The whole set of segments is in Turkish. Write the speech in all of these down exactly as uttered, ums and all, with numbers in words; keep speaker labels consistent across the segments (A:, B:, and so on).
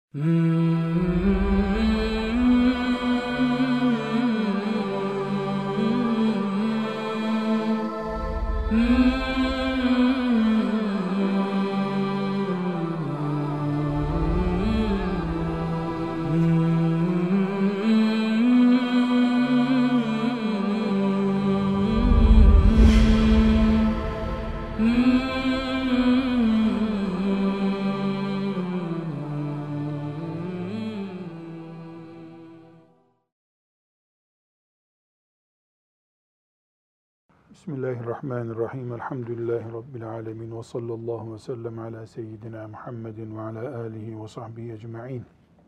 A: Bismillahirrahmanirrahim. Elhamdülillahi Rabbil alemin. Ve sallallahu ve sellem ala seyyidina Muhammedin ve ala alihi ve sahbihi ecma'in.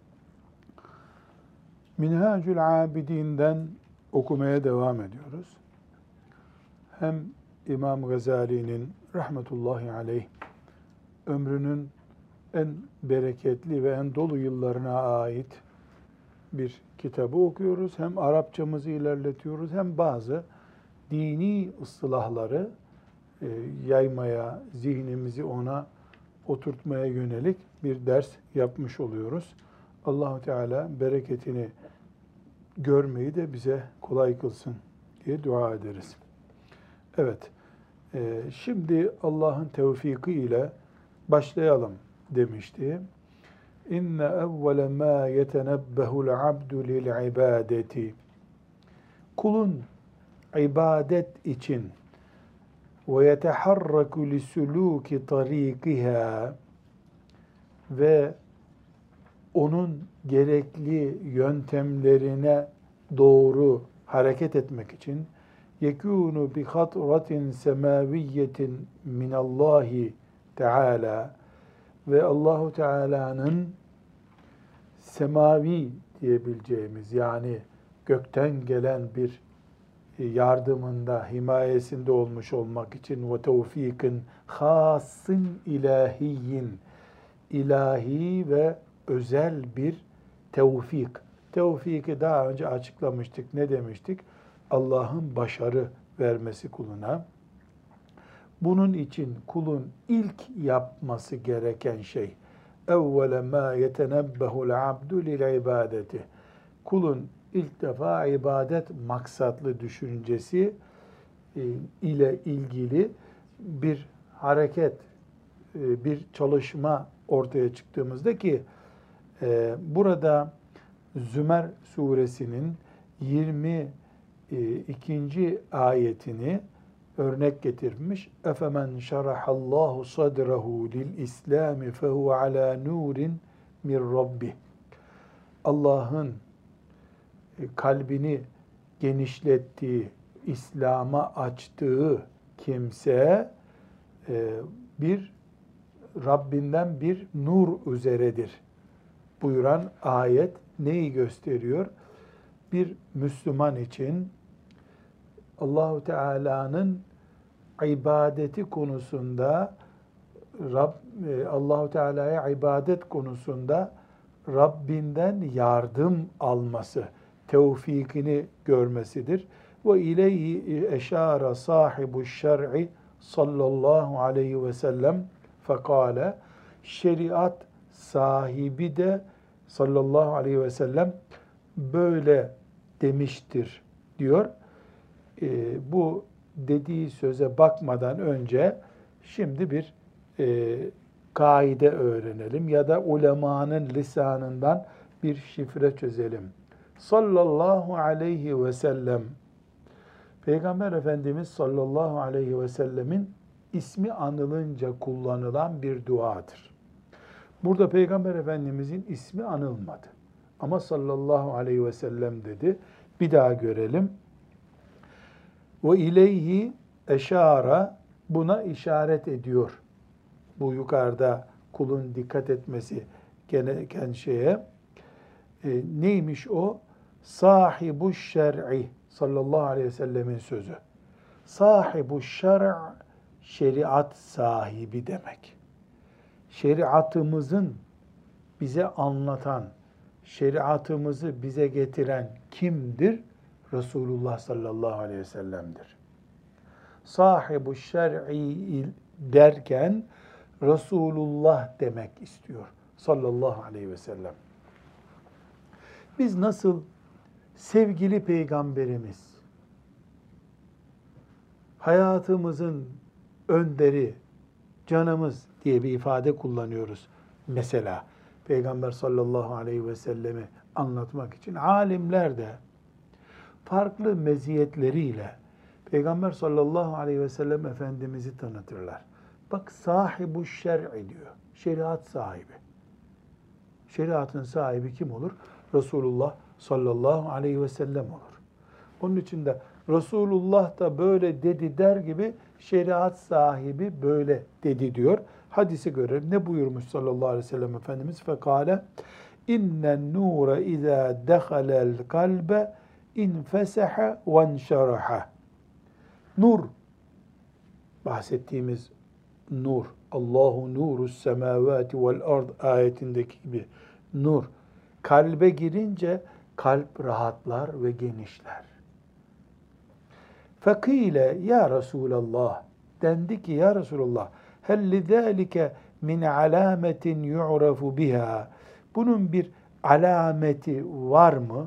A: Minhacül Abidin'den okumaya devam ediyoruz. Hem İmam Gazali'nin rahmetullahi aleyh ömrünün en bereketli ve en dolu yıllarına ait bir kitabı okuyoruz. Hem Arapçamızı ilerletiyoruz hem bazı dini ıslahları e, yaymaya, zihnimizi ona oturtmaya yönelik bir ders yapmış oluyoruz. Allah-u Teala bereketini görmeyi de bize kolay kılsın diye dua ederiz. Evet, e, şimdi Allah'ın tevfiki ile başlayalım demişti. İnne evvele ma yetenebbehu'l abdu lil ibadeti. Kulun ibadet için ve yeteharraku lisuluki tarikiha ve onun gerekli yöntemlerine doğru hareket etmek için yekûnu bi hatratin semaviyyetin minallahi Teala ve Allahu Teala'nın semavi diyebileceğimiz yani gökten gelen bir yardımında, himayesinde olmuş olmak için ve tevfikin hasın ilahiyin ilahi ve özel bir tevfik. Tevfiki daha önce açıklamıştık. Ne demiştik? Allah'ın başarı vermesi kuluna. Bunun için kulun ilk yapması gereken şey evvele ma yetenebbehu'l abdu lil ibadeti. Kulun İlk defa ibadet maksatlı düşüncesi e, ile ilgili bir hareket, e, bir çalışma ortaya çıktığımızda ki e, burada Zümer suresinin yirmi ikinci ayetini örnek getirmiş. Efemen şerahallahu sadrahu lil İslami fehu ala nurin min rabbih. Allah'ın kalbini genişlettiği, İslam'a açtığı kimse bir Rabbinden bir nur üzeredir buyuran ayet neyi gösteriyor? Bir Müslüman için Allahu Teala'nın ibadeti konusunda Rab, Allahu Teala'ya ibadet konusunda Rabbinden yardım alması, tevfikini görmesidir. Ve ileyhi eşara sahibu şer'i sallallahu aleyhi ve sellem fekale, şeriat sahibi de sallallahu aleyhi ve sellem böyle demiştir diyor. E, bu dediği söze bakmadan önce şimdi bir e, kaide öğrenelim ya da ulemanın lisanından bir şifre çözelim. Sallallahu aleyhi ve sellem, Peygamber Efendimiz sallallahu aleyhi ve sellemin ismi anılınca kullanılan bir duadır. Burada Peygamber Efendimizin ismi anılmadı. Ama sallallahu aleyhi ve sellem dedi. Bir daha görelim. Ve ileyhi eşara, buna işaret ediyor. Bu yukarıda kulun dikkat etmesi gereken şeye. E, neymiş o? Sahibu şer'i sallallahu aleyhi ve sellemin sözü. Sahibu şer' şeriat sahibi demek. Şeriatımızın bize anlatan, şeriatımızı bize getiren kimdir? Resulullah sallallahu aleyhi ve sellem'dir. Sahibu şer'i derken Resulullah demek istiyor. sallallahu aleyhi ve sellem. Biz nasıl sevgili Peygamberimiz, hayatımızın önderi, canımız diye bir ifade kullanıyoruz. Mesela Peygamber sallallahu aleyhi ve sellemi anlatmak için alimler de farklı meziyetleriyle Peygamber sallallahu aleyhi ve sellem Efendimiz'i tanıtırlar. Bak sahibu şer'i diyor. Şeriat sahibi. Şeriatın sahibi kim olur? Resulullah sallallahu aleyhi ve sellem olur. Onun için de Resulullah da böyle dedi der gibi şeriat sahibi böyle dedi diyor. Hadisi görelim. Ne buyurmuş sallallahu aleyhi ve sellem Efendimiz? Fekale innen nure izâ dehalel kalbe infesehe ve enşeraha. Nur, bahsettiğimiz nur, Allahu nurus semavati vel ard ayetindeki gibi nur, kalbe girince kalp rahatlar ve genişler. Fekile ya Resulallah, dendi ki ya Resulallah, hel lidâlike min alâmetin yu'rafu biha. Bunun bir alameti var mı?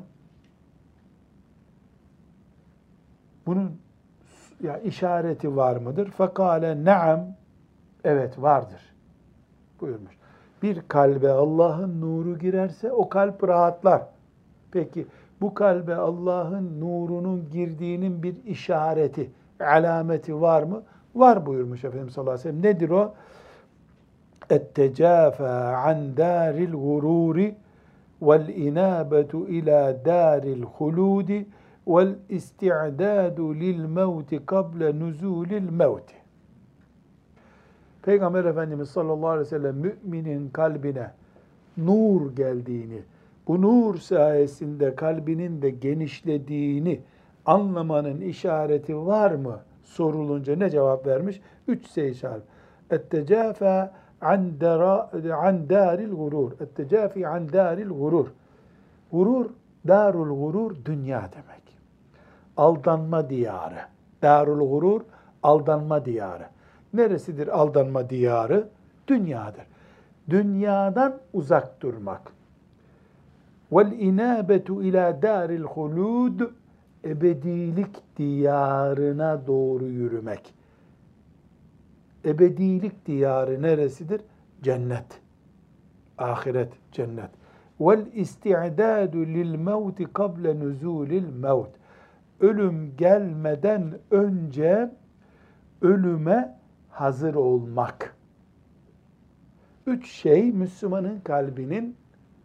A: Bunun ya işareti var mıdır? Fekale naam, evet vardır buyurmuş. Bir kalbe Allah'ın nuru girerse o kalp rahatlar. Peki bu kalbe Allah'ın nurunun girdiğinin bir işareti, alameti var mı? Var buyurmuş Efendimiz sallallahu aleyhi ve sellem. Nedir o? اَتَّجَافَى عَنْ دَارِ الْغُرُورِ وَالْاِنَابَةُ اِلَى دَارِ الْخُلُودِ وَالْاِسْتِعْدَادُ لِلْمَوْتِ قَبْلَ نُزُولِ الْمَوْتِ. Peygamber Efendimiz sallallahu aleyhi ve sellem müminin kalbine nur geldiğini, bu nur sayesinde kalbinin de genişlediğini anlamanın işareti var mı sorulunca ne cevap vermiş? Üç şey işaret. اَتَّجَافَى عَنْ دَارِ الْغُرُورِ اَتَّجَافِي عَنْ دَارِ الْغُرُورِ. Gurur, darul gurur, dünya demek. Aldanma diyarı. Darul gurur, aldanma diyarı. Neresidir aldanma diyarı? Dünyadır. Dünyadan uzak durmak. وَالْاِنَابَةُ اِلَى دَارِ الْخُلُودِ. Ebedilik diyarına doğru yürümek. Ebedilik diyarı neresidir? Cennet. Ahiret, cennet. وَالْاِسْتِعْدَادُ لِلْمَوْتِ قَبْلَ نُزُولِ الْمَوْتِ. Ölüm gelmeden önce ölüme hazır olmak. Üç şey Müslümanın kalbinin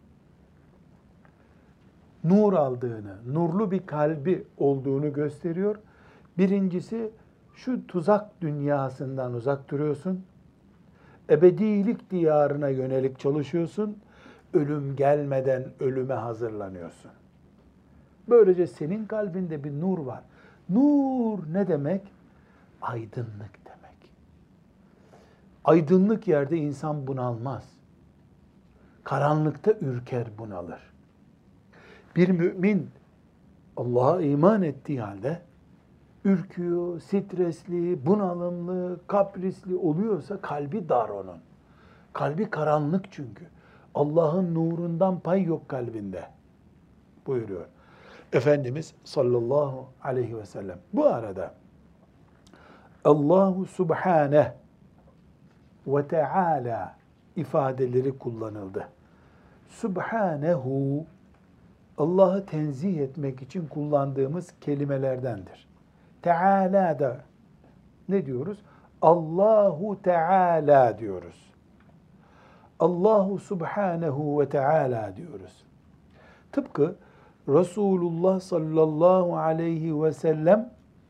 A: nur aldığını, nurlu bir kalbi olduğunu gösteriyor. Birincisi, şu tuzak dünyasından uzak duruyorsun. Ebedilik diyarına yönelik çalışıyorsun. Ölüm gelmeden ölüme hazırlanıyorsun. Böylece senin kalbinde bir nur var. Nur ne demek? Aydınlık demek. Aydınlık yerde insan bunalmaz. Karanlıkta ürker, bunalır. Bir mümin Allah'a iman ettiği halde ürküyor, stresli, bunalımlı, kaprisli oluyorsa kalbi dar onun. Kalbi karanlık çünkü. Allah'ın nurundan pay yok kalbinde buyuruyor Efendimiz sallallahu aleyhi ve sellem. Bu arada Allahu Subhane ve Teala ifadeleri kullanıldı. Subhanehu, Allah'ı tenzih etmek için kullandığımız kelimelerdendir. Teala da ne diyoruz? Allahu Teala diyoruz. Allahu Subhanehu ve Teala diyoruz. Tıpkı Resulullah sallallahu aleyhi ve sellem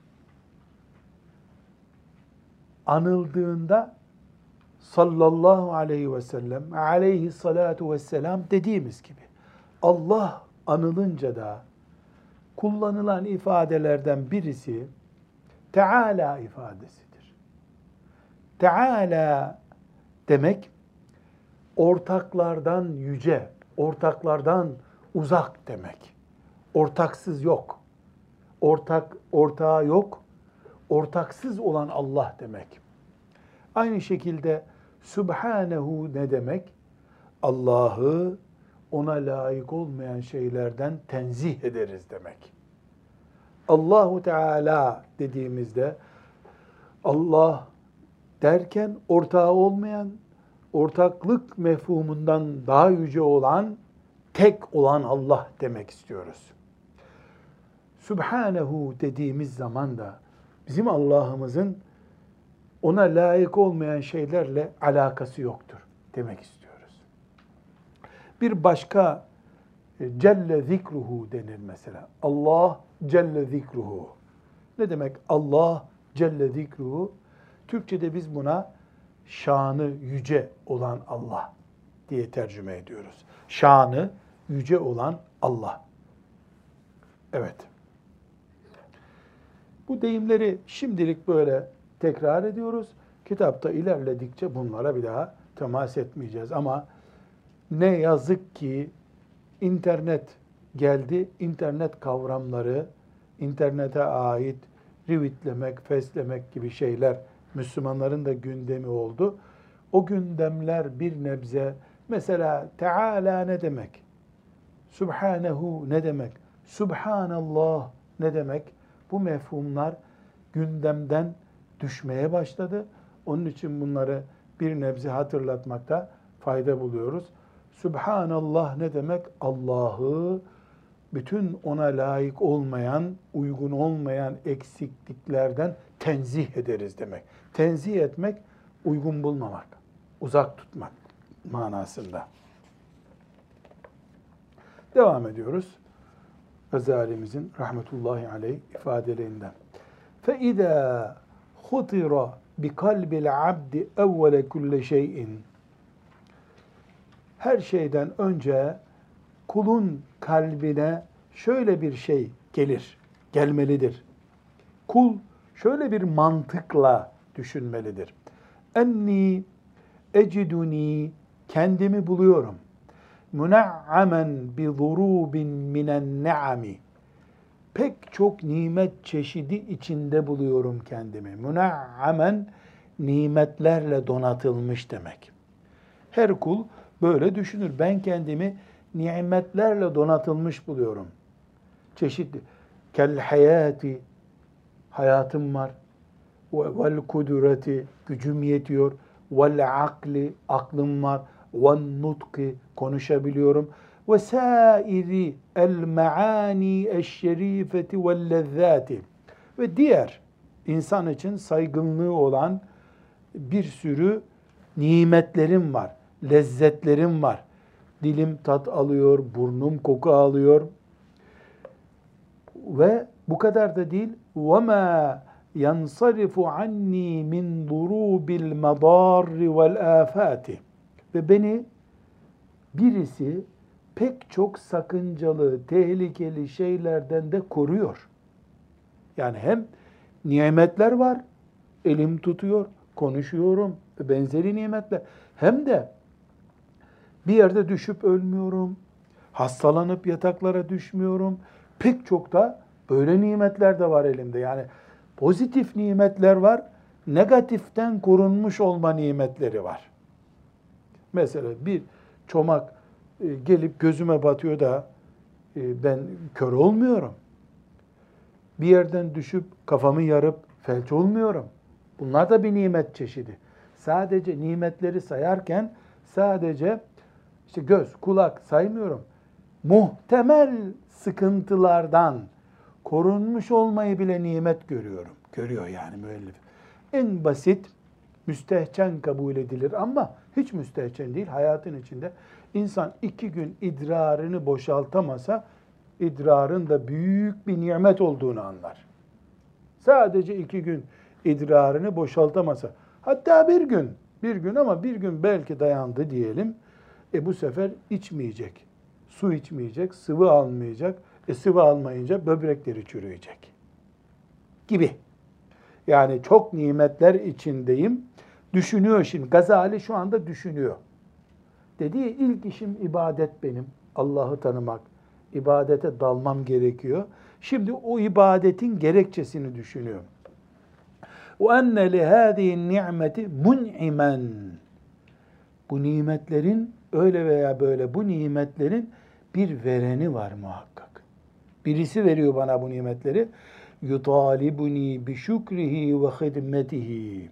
A: anıldığında sallallahu aleyhi ve sellem aleyhi salatu vesselam dediğimiz gibi Allah anılınca da kullanılan ifadelerden birisi Teala ifadesidir. Teala demek ortaklardan yüce, ortaklardan uzak demek. Ortaksız yok. Ortak, ortağı yok. Ortaksız olan Allah demek. Aynı şekilde Subhanehu ne demek? Allah'ı ona layık olmayan şeylerden tenzih ederiz demek. Allahu Teala dediğimizde Allah derken ortağı olmayan, ortaklık mefhumundan daha yüce olan, tek olan Allah demek istiyoruz. Subhanehu dediğimiz zaman da bizim Allah'ımızın ona layık olmayan şeylerle alakası yoktur demek istiyoruz. Bir başka Celle zikruhu denir mesela. Allah Celle zikruhu. Ne demek Allah Celle zikruhu? Türkçe'de biz buna şanı yüce olan Allah diye tercüme ediyoruz. Şanı yüce olan Allah. Evet. Bu deyimleri şimdilik böyle tekrar ediyoruz. Kitapta ilerledikçe bunlara bir daha temas etmeyeceğiz. Ama ne yazık ki internet geldi. İnternet kavramları, internete ait retweetlemek, feslemek gibi şeyler Müslümanların da gündemi oldu. O gündemler bir nebze, mesela Teala ne demek? Subhanehu ne demek? Subhanallah ne demek? Bu mefhumlar gündemden düşmeye başladı. Onun için bunları bir nebze hatırlatmakta fayda buluyoruz. Subhanallah ne demek? Allah'ı bütün ona layık olmayan, uygun olmayan eksikliklerden tenzih ederiz demek. Tenzih etmek, uygun bulmamak, uzak tutmak manasında. Devam ediyoruz. Gazali'mizin rahmetullahi aleyh ifadelerinden. فَاِذَا خُطِرَ بِقَلْبِ الْعَبْدِ اَوَّلَ كُلَّ شَيْءٍ Her şeyden önce kulun kalbine şöyle bir şey gelir, gelmelidir. Kul şöyle bir mantıkla düşünmelidir. Enni eciduni, kendimi buluyorum. Müna'amen bi zurubin minen ne'ami. Pek çok nimet çeşidi içinde buluyorum kendimi. Müna'amen, nimetlerle donatılmış demek. Her kul böyle düşünür. Ben kendimi nimetlerle donatılmış buluyorum. Çeşitli. Kel hayati, hayatım var. Vel kudreti, gücüm yetiyor. Vel akli, aklım var. Vel nutki, konuşabiliyorum. Ve sairi el maani eşşerifeti vel lezzati. Ve diğer insan için saygınlığı olan bir sürü nimetlerim var, lezzetlerim var. Dilim tat alıyor, burnum koku alıyor. Ve bu kadar da değil. وَمَا يَنْصَرِفُ عَنِّي مِنْ ضُرُوبِ الْمَضَارِّ وَالْآفَاتِ Ve beni birisi pek çok sakıncalı, tehlikeli şeylerden de koruyor. Yani hem nimetler var, elim tutuyor, konuşuyorum ve benzeri nimetler. Hem de bir yerde düşüp ölmüyorum, hastalanıp yataklara düşmüyorum. Pek çok da böyle nimetler de var elimde. Yani pozitif nimetler var, negatiften korunmuş olma nimetleri var. Mesela bir çomak e, gelip gözüme batıyor da e, ben kör olmuyorum. Bir yerden düşüp kafamı yarıp felç olmuyorum. Bunlar da bir nimet çeşidi. Sadece nimetleri sayarken sadece işte göz, kulak saymıyorum. Muhtemel sıkıntılardan korunmuş olmayı bile nimet görüyorum. Görüyor yani müellif. En basit, müstehcen kabul edilir ama hiç müstehcen değil. Hayatın içinde insan iki gün idrarını boşaltamasa idrarın da büyük bir nimet olduğunu anlar. Sadece iki gün idrarını boşaltamasa, hatta bir gün, bir gün ama bir gün belki dayandı diyelim, e bu sefer içmeyecek, su içmeyecek, sıvı almayacak, e sıvı almayınca böbrekleri çürüyecek gibi. Yani çok nimetler içindeyim, düşünüyor şimdi. Gazali şu anda düşünüyor. Dediği ilk işim ibadet benim, Allah'ı tanımak, ibadete dalmam gerekiyor. Şimdi o ibadetin gerekçesini düşünüyor. وَاَنَّ لِهَذِهِ النِّعْمَةِ مُنْعِمًا Bu nimetlerin öyle veya böyle bu nimetlerin bir vereni var muhakkak. Birisi veriyor bana bu nimetleri. yutalibuni bi şükrihi ve hidmetihi.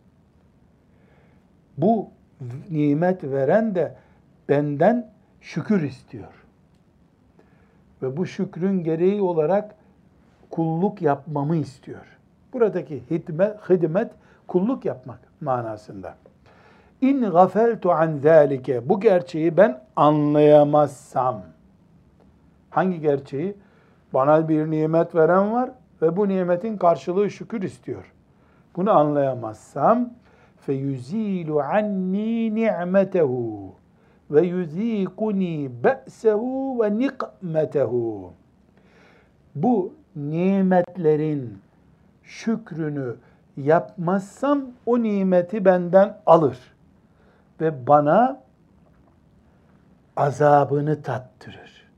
A: Bu nimet veren de benden şükür istiyor. Ve bu şükrün gereği olarak kulluk yapmamı istiyor. Buradaki hidmet, hidmet kulluk yapmak manasında. İn gafeltu an zalike. Bu gerçeği ben anlayamazsam. Hangi gerçeği? Bana bir nimet veren var ve bu nimetin karşılığı şükür istiyor. Bunu anlayamazsam feyuzilu anni ni'metehu ve yuzikuni be'sehu ve nikmetehu. Bu nimetlerin şükrünü yapmazsam o nimeti benden alır ve bana azabını tattırır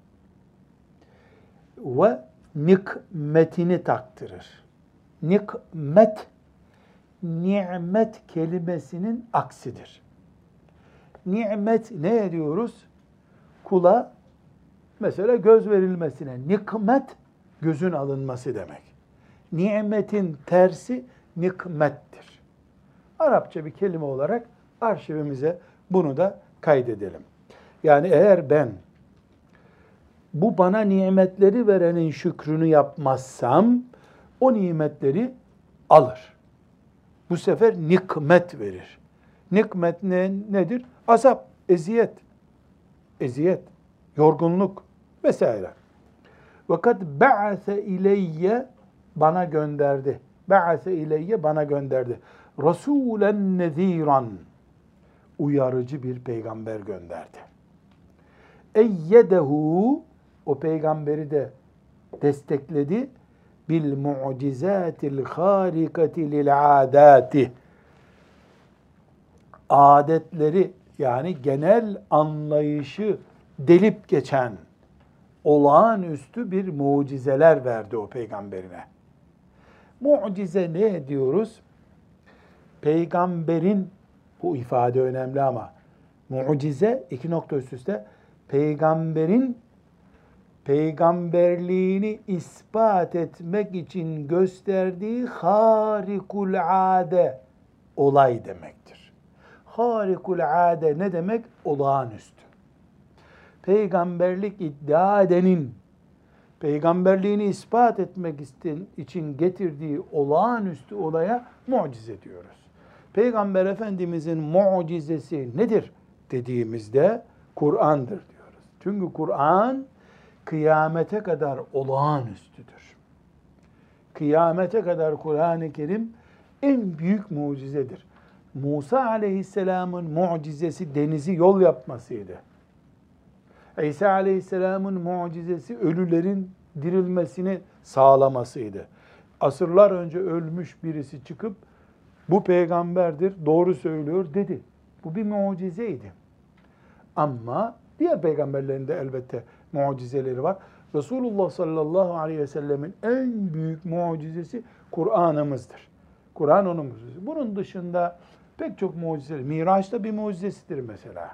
A: ve nikmetini taktırır. Nikmet, nimet kelimesinin aksidir. Nimet ne ediyoruz? Kula mesela göz verilmesine. Nikmet, gözün alınması demek. Nimetin tersi nikmettir. Arapça bir kelime olarak arşivimize bunu da kaydedelim. Yani eğer ben bu bana nimetleri verenin şükrünü yapmazsam o nimetleri alır. Bu sefer nikmet verir. Nikmet ne, nedir? Azap, eziyet, eziyet, yorgunluk vesaire. Fakat ba'ase ileyye bana gönderdi. Ba'ase ileyye bana gönderdi. Rasûlen nezîran uyarıcı bir peygamber gönderdi. Eyyedehu o peygamberi de destekledi. Bil mu'cizatil harikati lil adati. Adetleri yani genel anlayışı delip geçen olağanüstü bir mucizeler verdi o peygamberine. Mucize ne diyoruz? Peygamberin, bu ifade önemli ama mucize iki nokta üst üste peygamberin peygamberliğini ispat etmek için gösterdiği harikulade olay demektir. Harikulade ne demek? Olağanüstü. Peygamberlik iddia edenin peygamberliğini ispat etmek için getirdiği olağanüstü olaya mucize diyoruz. Peygamber Efendimizin mucizesi nedir dediğimizde Kur'an'dır diyoruz. Çünkü Kur'an kıyamete kadar olağanüstüdür. Kıyamete kadar Kur'an-ı Kerim en büyük mucizedir. Musa aleyhisselamın mucizesi denizi yol yapmasıydı. İsa aleyhisselamın mucizesi ölülerin dirilmesini sağlamasıydı. Asırlar önce ölmüş birisi çıkıp bu peygamberdir, doğru söylüyor dedi. Bu bir mucizeydi. Ama diğer peygamberlerin de elbette mucizeleri var. Resulullah sallallahu aleyhi ve sellemin en büyük mucizesi Kur'an'ımızdır. Kur'an onun mucizesi. Bunun dışında pek çok mucizeler. Miraç da bir mucizesidir mesela.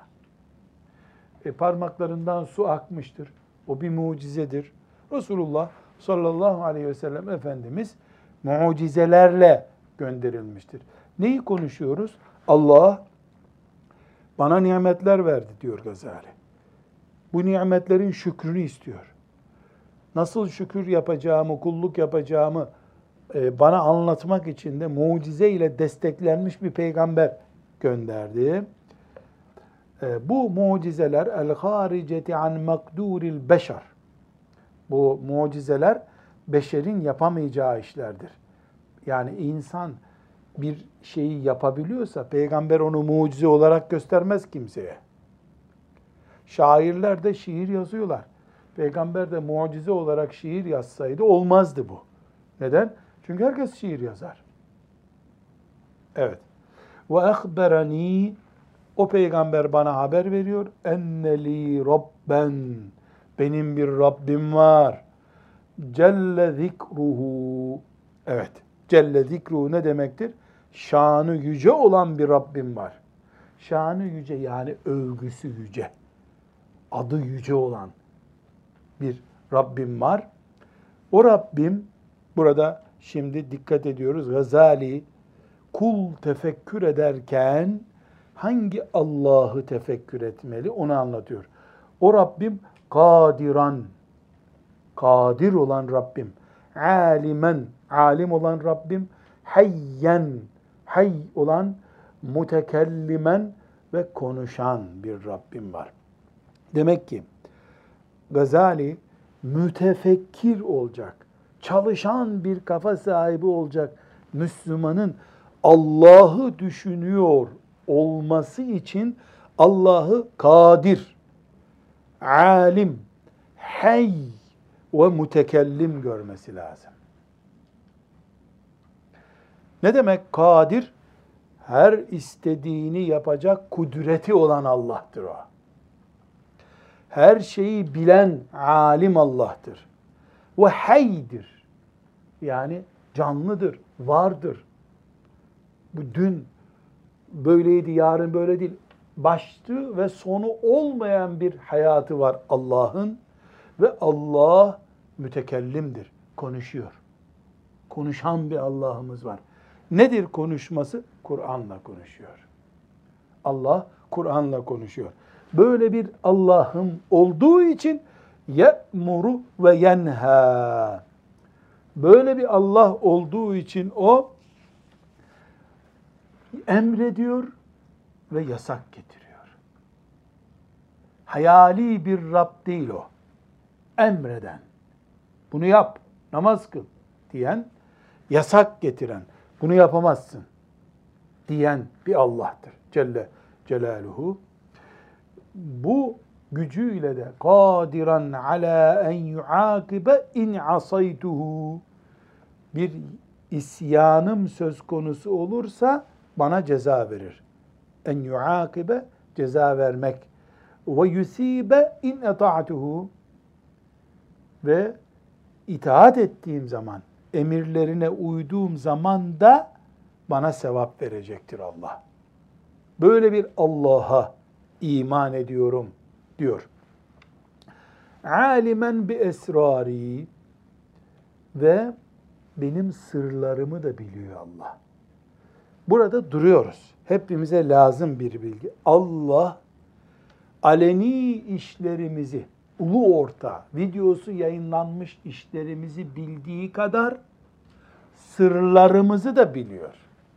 A: E, parmaklarından su akmıştır. O bir mucizedir. Resulullah sallallahu aleyhi ve sellem Efendimiz mucizelerle gönderilmiştir. Neyi konuşuyoruz? Allah bana nimetler verdi diyor Gazali. Bu nimetlerin şükrünü istiyor. Nasıl şükür yapacağımı, kulluk yapacağımı e, bana anlatmak için de mucize ile desteklenmiş bir peygamber gönderdi. E, bu mucizeler el-hariceti an makduril beşer. Bu mucizeler beşerin yapamayacağı işlerdir. Yani insan bir şeyi yapabiliyorsa peygamber onu mucize olarak göstermez kimseye. Şairler de şiir yazıyorlar. Peygamber de mucize olarak şiir yazsaydı olmazdı bu. Neden? Çünkü herkes şiir yazar. Evet. Ve ehberani o peygamber bana haber veriyor. Enneli rabben benim bir Rabbim var. Celle zikruhu. Evet. Celle zikruhu ne demektir? Şanı yüce olan bir Rabbim var. şanı yüce yani övgüsü yüce, adı yüce olan bir Rabbim var. O Rabbim, burada şimdi dikkat ediyoruz, Gazali kul tefekkür ederken hangi Allah'ı tefekkür etmeli onu anlatıyor. O Rabbim kadiran, kadir olan Rabbim, alimen, alim olan Rabbim, hayyen, hay olan, mutekellimen ve konuşan bir Rabbim var. Demek ki Gazali mütefekkir olacak, çalışan bir kafa sahibi olacak Müslümanın Allah'ı düşünüyor olması için Allah'ı kadir, alim, hay ve mütekellim görmesi lazım. Ne demek kadir? Her istediğini yapacak kudreti olan Allah'tır o. Her şeyi bilen alim Allah'tır. Ve haydir. Yani canlıdır, vardır. Bu dün böyleydi, yarın böyle değil. Başlı ve sonu olmayan bir hayatı var Allah'ın ve Allah mütekellimdir, konuşuyor. Konuşan bir Allah'ımız var. Nedir konuşması? Kur'an'la konuşuyor. Allah Kur'an'la konuşuyor. Böyle bir Allah'ım olduğu için ye'muru ve yenha. Böyle bir Allah olduğu için o emrediyor ve yasak getiriyor. Hayali bir Rab değil o. Emreden, bunu yap, namaz kıl diyen, yasak getiren, bunu yapamazsın diyen bir Allah'tır Celle Celaluhu. Bu gücüyle de kadiran ala en yuakibe in asaytuhu, bir isyanım söz konusu olursa bana ceza verir. En yuakibe, ceza vermek. Ve yusibe in eta'tuhu, ve itaat ettiğim zaman, emirlerine uyduğum zaman da bana sevap verecektir Allah. Böyle bir Allah'a iman ediyorum diyor. Alimen bi esrari, ve benim sırlarımı da biliyor Allah. Burada duruyoruz. Hepimize lazım bir bilgi. Allah aleni işlerimizi, ulu orta, videosu yayınlanmış işlerimizi bildiği kadar sırlarımızı da biliyor.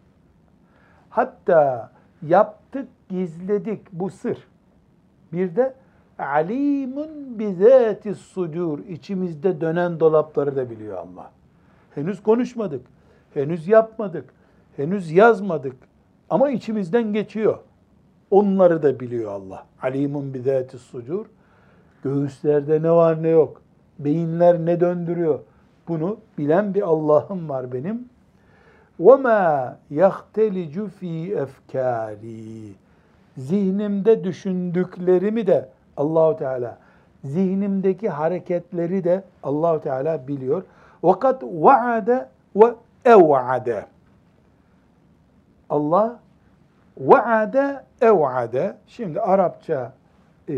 A: Hatta yaptık, gizledik, bu sır. Bir de alimun bizatis sudur, içimizde dönen dolapları da biliyor Allah. Henüz konuşmadık, henüz yapmadık, henüz yazmadık ama içimizden geçiyor. Onları da biliyor Allah. Alimun bizatis sudur. Göğüslerde ne var ne yok, beyinler ne döndürüyor, bunu bilen bir Allah'ım var benim. وَمَا يَخْتَلِجُ ف۪ي اَفْكَارِي, zihnimde düşündüklerimi de Allah-u Teala, zihnimdeki hareketleri de Allah-u Teala biliyor. وَقَدْ وَعَدَ وَاَوْعَدَ, Allah وَعَدَ اَوْعَدَ, şimdi Arapça e,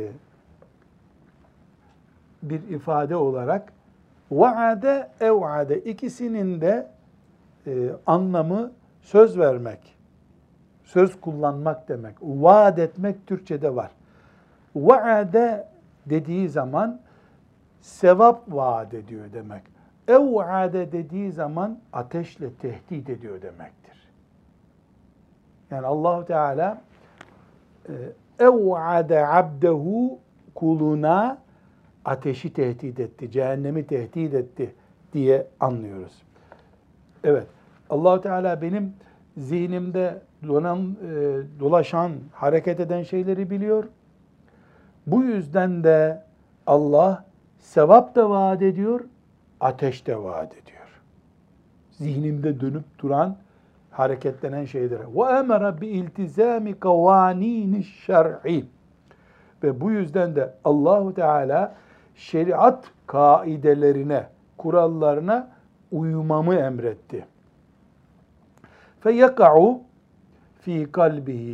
A: bir ifade olarak vaade evade, ikisinin de e, anlamı söz vermek, söz kullanmak demek. Vaat etmek Türkçe'de var. Vaade dediği zaman sevap vaat ediyor demek. Evade dediği zaman ateşle tehdit ediyor demektir. Yani Allah-u Teala evade abdehu, kuluna ateşi tehdit etti, cehennemi tehdit etti diye anlıyoruz. Evet, Allah-u Teala benim zihnimde dolan, e, dolaşan, hareket eden şeyleri biliyor. Bu yüzden de Allah sevap da vaat ediyor, ateş de vaat ediyor. Zihnimde dönüp duran, hareketlenen şeylere. وَاَمَرَ بِاِلْتِزَامِ قَوَانِينِ الشَّرْعِ, ve bu yüzden de Allah-u Teala şeriat kaidelerine, kurallarına uymamı emretti. فَيَقَعُ ف۪ي قَلْبِهِ,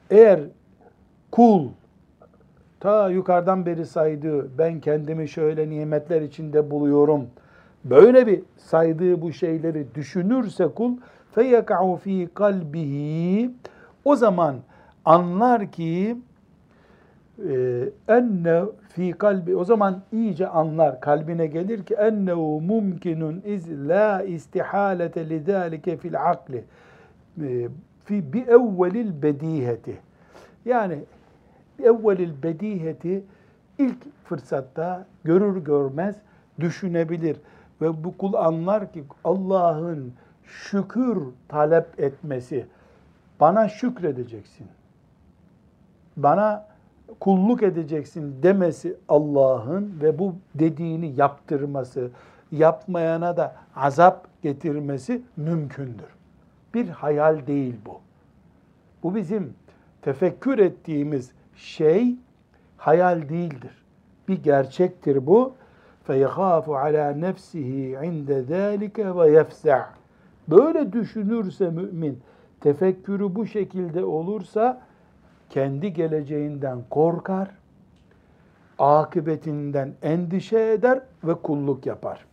A: Eğer kul ta yukarıdan beri saydığı, ben kendimi şöyle nimetler içinde buluyorum, böyle bir saydığı bu şeyleri düşünürse kul, feyeka'u fi kalbihi, o zaman anlar ki e, enne fi kalbi, o zaman iyice anlar, kalbine gelir ki ennehu mumkinun iz la istihalete lidalike fil akli e, fi bi evvelil bediheti, yani evvelil bediheti, ilk fırsatta görür görmez düşünebilir ve bu kul anlar ki Allah'ın şükür talep etmesi, bana şükredeceksin, bana kulluk edeceksin demesi Allah'ın ve bu dediğini yaptırması, yapmayana da azap getirmesi mümkündür. Bir hayal değil bu. Bu bizim tefekkür ettiğimiz şey hayal değildir. Bir gerçektir bu. فَيَخَافُ عَلَى نَفْسِهِ عِنْدَ ذَٰلِكَ وَيَفْزَعُ. Böyle düşünürse mümin, tefekkürü bu şekilde olursa kendi geleceğinden korkar, akıbetinden endişe eder ve kulluk yapar.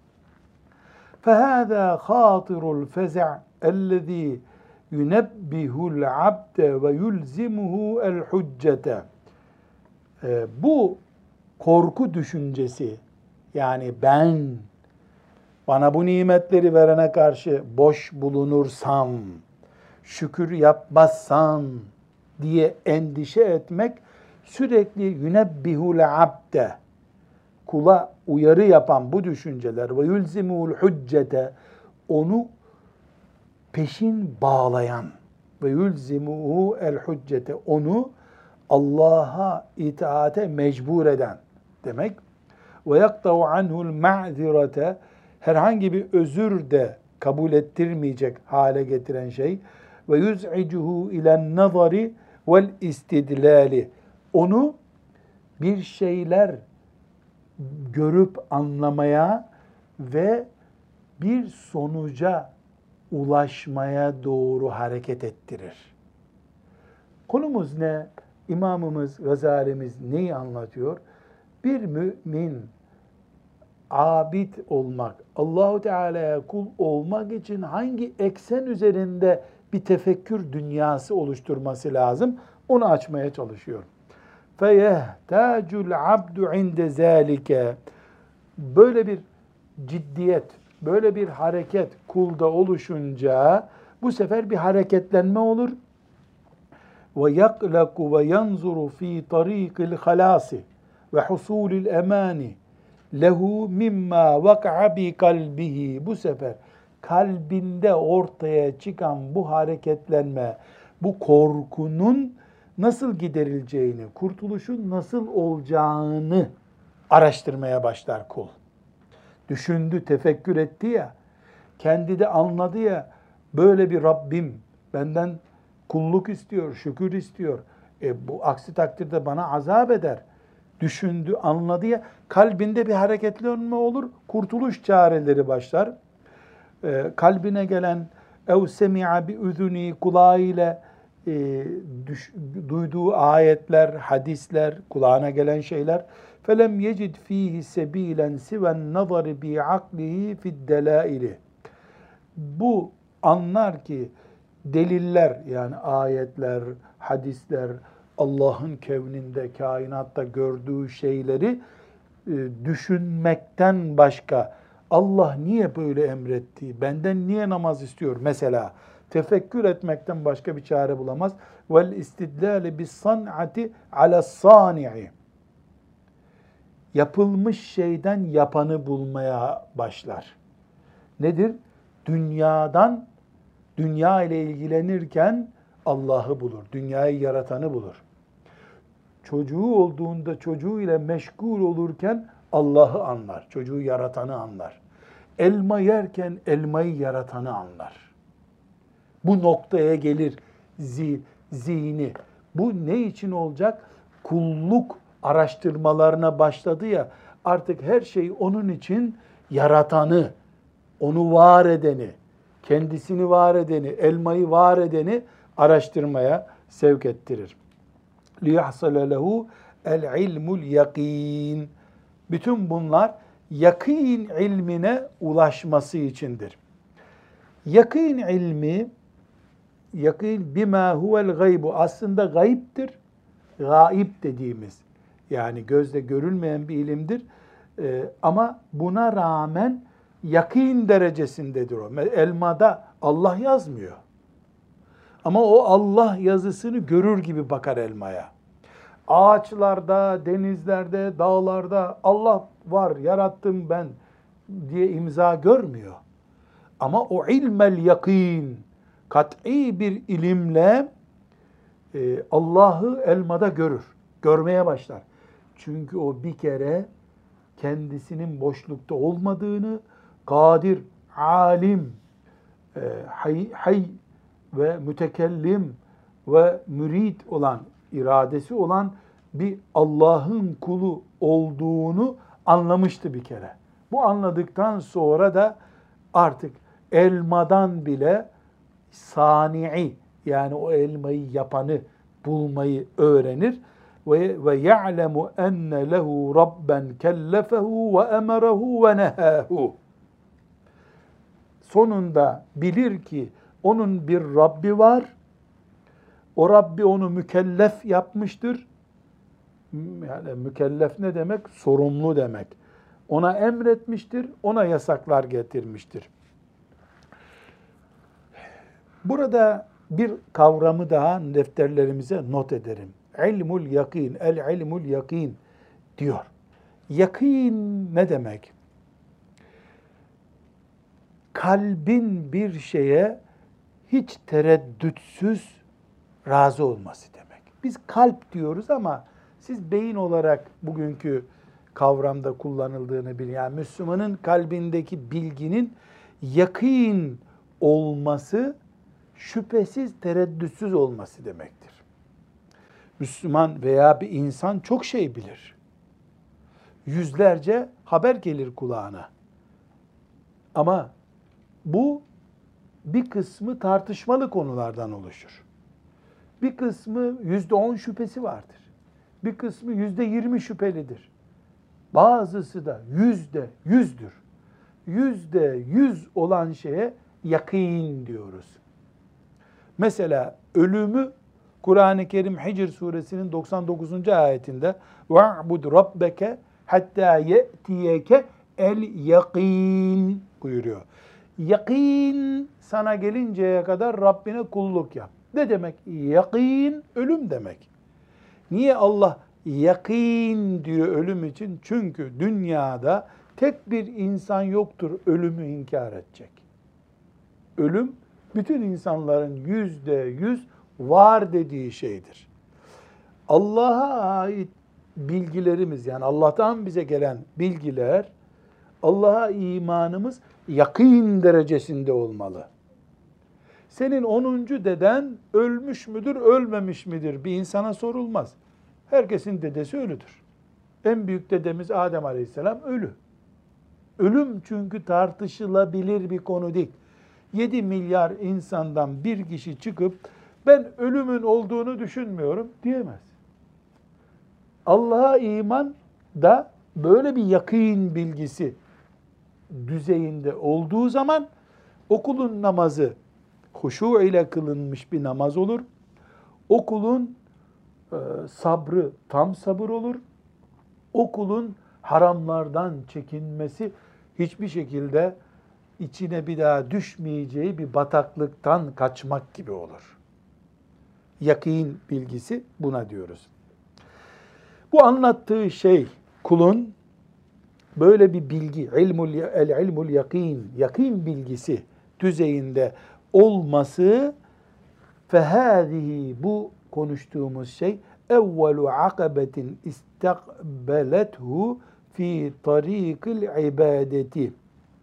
A: فَهَذَا خَاطِرُ الْفَزَعِ اَلَّذ۪ي يُنَبِّهُ الْعَبْدَ وَيُلْزِمُهُ الْحُجَّةَ. Bu korku düşüncesi, yani ben bana bu nimetleri verene karşı boş bulunursam, şükür yapmazsam diye endişe etmek, sürekli yunebbihul abde, kula uyarı yapan bu düşünceler ve yulzimul huccete, onu peşin bağlayan ve yulzimuhu el huccete, onu Allah'a itaate mecbur eden demek. Ve yaktau anhul ma'zirete, herhangi bir özür de kabul ettirmeyecek hale getiren şey. Ve yuz'icuhu ilen nazari vel istidlali, onu bir şeyler görüp anlamaya ve bir sonuca ulaşmaya doğru hareket ettirir. Konumuz ne? İmamımız, Gazalimiz neyi anlatıyor? Bir mümin abid olmak, Allahu Teala'ya kul olmak için hangi eksen üzerinde bir tefekkür dünyası oluşturması lazım? Onu açmaya çalışıyor. فَيَهْتَاجُ الْعَبْدُ عِنْدَ ذَٰلِكَ. Böyle bir ciddiyet, böyle bir hareket kulda oluşunca bu sefer bir hareketlenme olur. وَيَقْلَقُ وَيَنْظُرُ ف۪ي طَر۪يقِ الْخَلَاصِ وَحُصُولِ الْاَمَانِ لَهُ مِمَّا وَقَعَ بِقَلْبِهِ. Bu sefer kalbinde ortaya çıkan bu hareketlenme, bu korkunun nasıl giderileceğini, kurtuluşun nasıl olacağını araştırmaya başlar kul. Düşündü, tefekkür etti ya, kendi de anladı ya, böyle bir Rabbim benden kulluk istiyor, şükür istiyor. E bu aksi takdirde bana azap eder. Düşündü, anladı ya, kalbinde bir hareketlenme olur, kurtuluş çareleri başlar. E, kalbine gelen ev semi'a bi üzuni, kulağıyla e, düş, duyduğu ayetler, hadisler, kulağına gelen şeyler, felem yecid fihi sebilen siven nazari bi aklihi fid delaili. Bu anlar ki deliller, yani ayetler, hadisler, Allah'ın kevninde, kainatta gördüğü şeyleri e, düşünmekten başka Allah niye böyle emretti, benden niye namaz istiyor mesela, tefekkür etmekten başka bir çare bulamaz. Vel istidlali bis san'ati ala sani'i. Yapılmış şeyden yapanı bulmaya başlar. Nedir? Dünyadan, dünya ile ilgilenirken Allah'ı bulur, dünyayı yaratanı bulur. Çocuğu olduğunda çocuğu ile meşgul olurken Allah'ı anlar, çocuğu yaratanı anlar. Elma yerken elmayı yaratanı anlar. Bu noktaya gelir zihni. Bu ne için olacak? Kulluk araştırmalarına başladı ya, artık her şey onun için yaratanı, onu var edeni, kendisini var edeni, elmayı var edeni araştırmaya, sevk ettirir. لِيَحْصَلَ لَهُ الْعِلْمُ الْيَقِينَ. Bütün bunlar yakîn ilmine ulaşması içindir. Yakîn ilmi, yakîn bima huvel gaybu, aslında gayiptir. Gaib dediğimiz, yani gözle görülmeyen bir ilimdir. Ee, ama buna rağmen yakîn derecesindedir o. Elmada Allah yazmıyor. Ama o Allah yazısını görür gibi bakar elmaya. Ağaçlarda, denizlerde, dağlarda Allah var, yarattım ben diye imza görmüyor. Ama o ilmel yakîn, kat'i bir ilimle e, Allah'ı elmada görür, görmeye başlar. Çünkü o bir kere kendisinin boşlukta olmadığını, kadir, alim, e, hay, hay ve mütekellim ve mürid olan, iradesi olan bir Allah'ın kulu olduğunu anlamıştı bir kere. Bu anladıktan sonra da artık elmadan bile sani'i, yani o elmayı yapanı bulmayı öğrenir. Ve ve ya'lemu enne lehu rabben kellefehu ve emerehu ve nehahu. Sonunda bilir ki onun bir Rabbi var. O Rabbi onu mükellef yapmıştır. Yani mükellef ne demek? Sorumlu demek. Ona emretmiştir, ona yasaklar getirmiştir. Burada bir kavramı daha defterlerimize not ederim. İlmul yakîn, el ilmul yakîn diyor. Yakîn ne demek? Kalbin bir şeye hiç tereddütsüz razı olması demek. Biz kalp diyoruz ama siz beyin olarak bugünkü kavramda kullanıldığını bilin. Yani Müslümanın kalbindeki bilginin yakîn olması, şüphesiz tereddütsüz olması demektir. Müslüman veya bir insan çok şey bilir. Yüzlerce haber gelir kulağına. Ama bu bir kısmı tartışmalı konulardan oluşur. Bir kısmı yüzde on şüphesi vardır. Bir kısmı yüzde yirmi şüphelidir. Bazısı da yüzde yüzdür. Yüzde yüz olan şeye yakîn diyoruz. Mesela ölümü Kur'an-ı Kerim Hicr suresinin doksan dokuzuncu ayetinde وَعْبُدْ رَبَّكَ حَتَّى يَأْتِيَكَ el-yakîn buyuruyor. Yakîn sana gelinceye kadar Rabbine kulluk yap. Ne demek? Yakîn ölüm demek. Niye Allah yakîn diyor ölüm için? Çünkü dünyada tek bir insan yoktur ölümü inkar edecek. Ölüm bütün insanların yüzde yüz var dediği şeydir. Allah'a ait bilgilerimiz, yani Allah'tan bize gelen bilgiler, Allah'a imanımız yakîn derecesinde olmalı. Senin onuncu deden ölmüş müdür, ölmemiş midir? Bir insana sorulmaz. Herkesin dedesi ölüdür. En büyük dedemiz Adem Aleyhisselam ölü. Ölüm çünkü tartışılabilir bir konu değil. yedi milyar insandan bir kişi çıkıp ben ölümün olduğunu düşünmüyorum diyemez. Allah'a iman da böyle bir yakîn bilgisi düzeyinde olduğu zaman o kulun namazı huşu ile kılınmış bir namaz olur. O kulun e, sabrı tam sabır olur. O kulun haramlardan çekinmesi hiçbir şekilde içine bir daha düşmeyeceği bir bataklıktan kaçmak gibi olur. Yakîn bilgisi buna diyoruz. Bu anlattığı şey kulun böyle bir bilgi, ilmul el ilmul yakîn, yakîn bilgisi düzeyinde olması, fehâzihi bu konuştuğumuz şey evvelu akabetin istakbelethu fi tarikil ibadeti.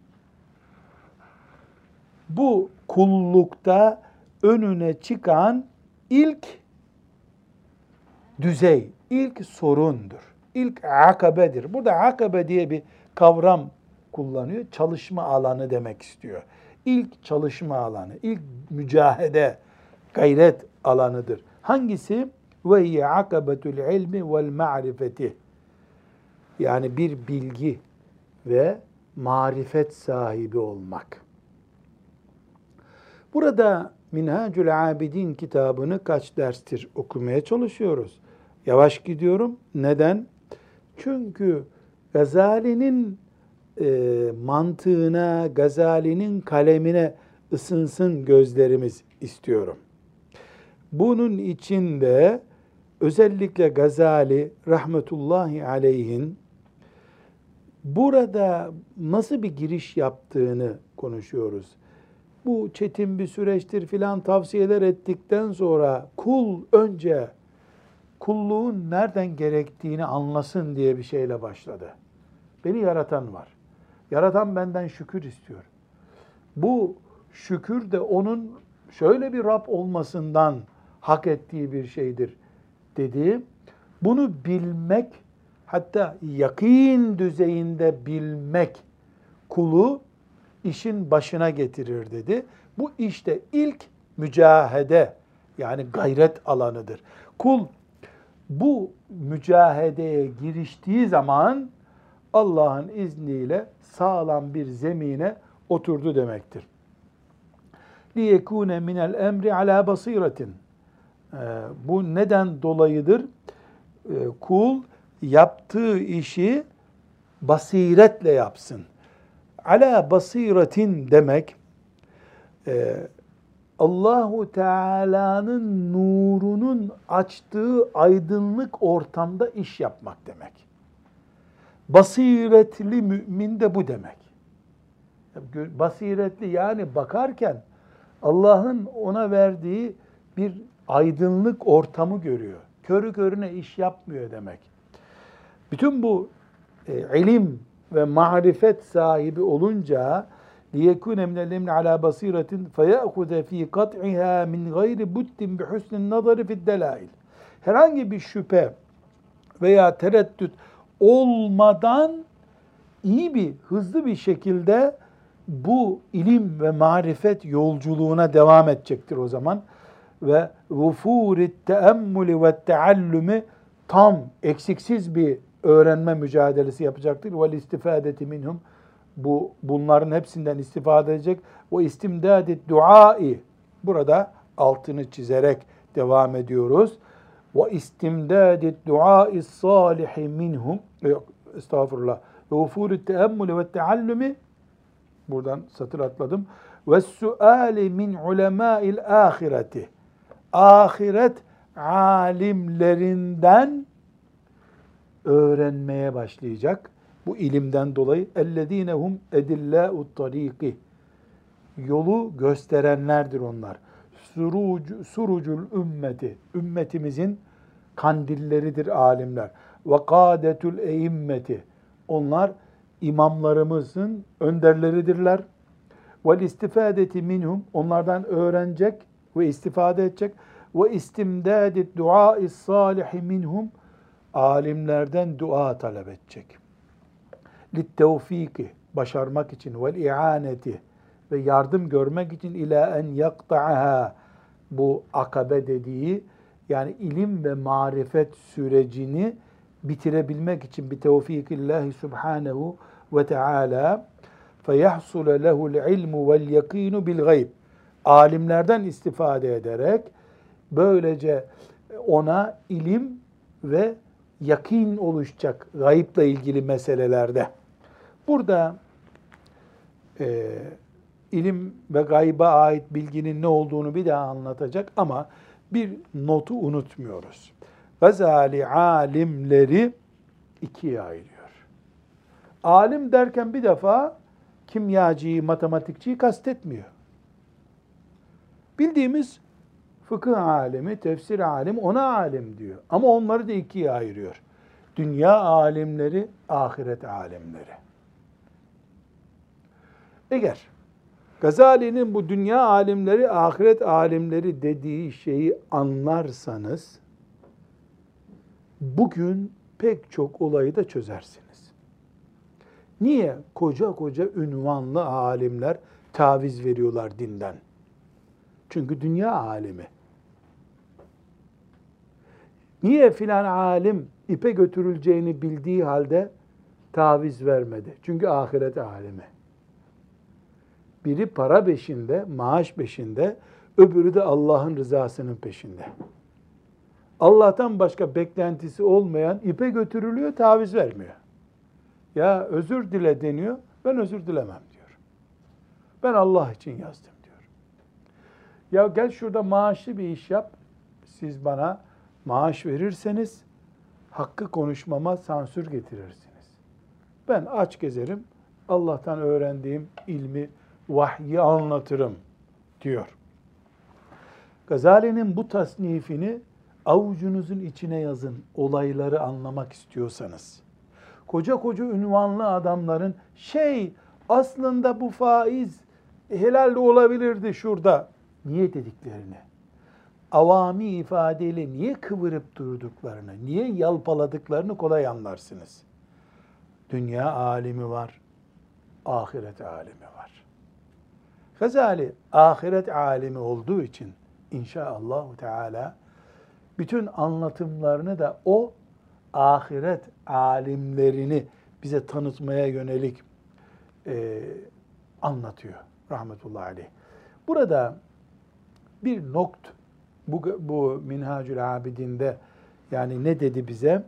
A: Bu kullukta önüne çıkan ilk düzey, ilk sorundur. İlk akabedir. Burada akabe diye bir kavram kullanıyor. Çalışma alanı demek istiyor. İlk çalışma alanı, ilk mücahede, gayret alanıdır. Hangisi? Ve hiye akabetul ilmi vel ma'rifeti. Yani bir bilgi ve marifet sahibi olmak. Burada Minhacül Abidin kitabını kaç derstir okumaya çalışıyoruz. Yavaş gidiyorum. Neden? Çünkü Gazali'nin e, mantığına, Gazali'nin kalemine ısınsın gözlerimiz istiyorum. Bunun için de özellikle Gazali rahmetullahi aleyhin burada nasıl bir giriş yaptığını konuşuyoruz. Bu çetin bir süreçtir filan tavsiyeler ettikten sonra kul önce kulluğun nereden gerektiğini anlasın diye bir şeyle başladı. Beni yaratan var. Yaratan benden şükür istiyor. Bu şükür de onun şöyle bir Rab olmasından hak ettiği bir şeydir dedi. Bunu bilmek, hatta yakîn düzeyinde bilmek kulu işin başına getirir dedi. Bu işte ilk mücahede, yani gayret alanıdır. Kul bu mücahedeye giriştiği zaman Allah'ın izniyle sağlam bir zemine oturdu demektir. لِيَكُونَ مِنَ الْاَمْرِ عَلَى بَصِيرَةٍ. Bu neden dolayıdır? Ee, Kul yaptığı işi basiretle yapsın. Ala basiretin demek e, Allahu Teala'nın nurunun açtığı aydınlık ortamda iş yapmak demek. Basiretli mümin de bu demek. Basiretli yani bakarken Allah'ın ona verdiği bir aydınlık ortamı görüyor. Körü körüne iş yapmıyor demek. Bütün bu e, ilim ve marifet sahibi olunca لِيَكُونَ مِنَ الْاِمْنِ عَلَى بَصِيرَةٍ فَيَأْخُذَ ف۪ي قَطْعِهَا مِنْ غَيْرِ بُدٍّ بِحُسْنِ النَّظَرِ فِي الدَّلَائِلِ. Herhangi bir şüphe veya tereddüt olmadan iyi bir, hızlı bir şekilde bu ilim ve marifet yolculuğuna devam edecektir o zaman. Ve vufûrit teemmülü ve teallümü tam, eksiksiz bir öğrenme mücadelesi yapacaktır. Vel istifadeti minhum. Bu bunların hepsinden istifade edecek. Ve istimdadit duai. Burada altını çizerek devam ediyoruz. Ve istimdadit duai salihi minhum. Yok, estağfurullah. Ve vufûrit teemmülü ve teallümü. Buradan satır atladım. Ve suali min ulemâil âhireti. Ahiret alimlerinden öğrenmeye başlayacak. Bu ilimden dolayı اَلَّذ۪ينَ هُمْ اَدِلَّاءُ الطَّر۪يقِ. Yolu gösterenlerdir onlar. Suruc, surucul ümmeti. Ümmetimizin kandilleridir alimler. Ve kâdetul eimmeti. Onlar imamlarımızın önderleridirler. Vel istifadeti minhum. Onlardan öğrenecek ve istifade edecek. Ve istimdadit duâis sâlihi minhum. Alimlerden dua talep edecek. Littevfiki, başarmak için, vel i'aneti ve yardım görmek için ila en yakta'aha, bu akabe dediği yani ilim ve marifet sürecini bitirebilmek için bi tevfikillahi subhanehu ve teala feyahsule lehu'l ilmu vel yakinu bil gayb. Alimlerden istifade ederek böylece ona ilim ve yakin oluşacak gayıpla ilgili meselelerde. Burada e, ilim ve gayba ait bilginin ne olduğunu bir daha anlatacak ama bir notu unutmuyoruz. Gazali alimleri ikiye ayırıyor. Alim derken bir defa kimyacıyı, matematikçiyi kastetmiyor. Bildiğimiz fıkıh alimi, tefsir alimi ona alim diyor. Ama onları da ikiye ayırıyor. Dünya alimleri, ahiret alimleri. Eğer Gazali'nin bu dünya alimleri, ahiret alimleri dediği şeyi anlarsanız, bugün pek çok olayı da çözersiniz. Niye koca koca ünvanlı alimler taviz veriyorlar dinden? Çünkü dünya alimi. Niye filan alim ipe götürüleceğini bildiği halde taviz vermedi? Çünkü ahiret alimi. Biri para peşinde, maaş peşinde, öbürü de Allah'ın rızasının peşinde. Allah'tan başka beklentisi olmayan ipe götürülüyor, taviz vermiyor. Ya özür dile deniyor, ben özür dilemem diyor. Ben Allah için yazdım diyor. Ya gel şurada maaşlı bir iş yap, siz bana maaş verirseniz hakkı konuşmama sansür getirirsiniz. Ben aç gezerim, Allah'tan öğrendiğim ilmi, vahyi anlatırım diyor. Gazali'nin bu tasnifini avucunuzun içine yazın, olayları anlamak istiyorsanız. Koca koca ünvanlı adamların şey aslında bu faiz helal olabilirdi şurada niye dediklerini, avami ifadeyle niye kıvırıp durduklarını, niye yalpaladıklarını kolay anlarsınız. Dünya alimi var, ahiret alimi var. Gazali ahiret alimi olduğu için inşaallah Teala bütün anlatımlarını da o ahiret alimlerini bize tanıtmaya yönelik e, anlatıyor rahmetullahi aleyh. Burada bir nokt bu, bu Minhacül Abidin'de yani ne dedi bize?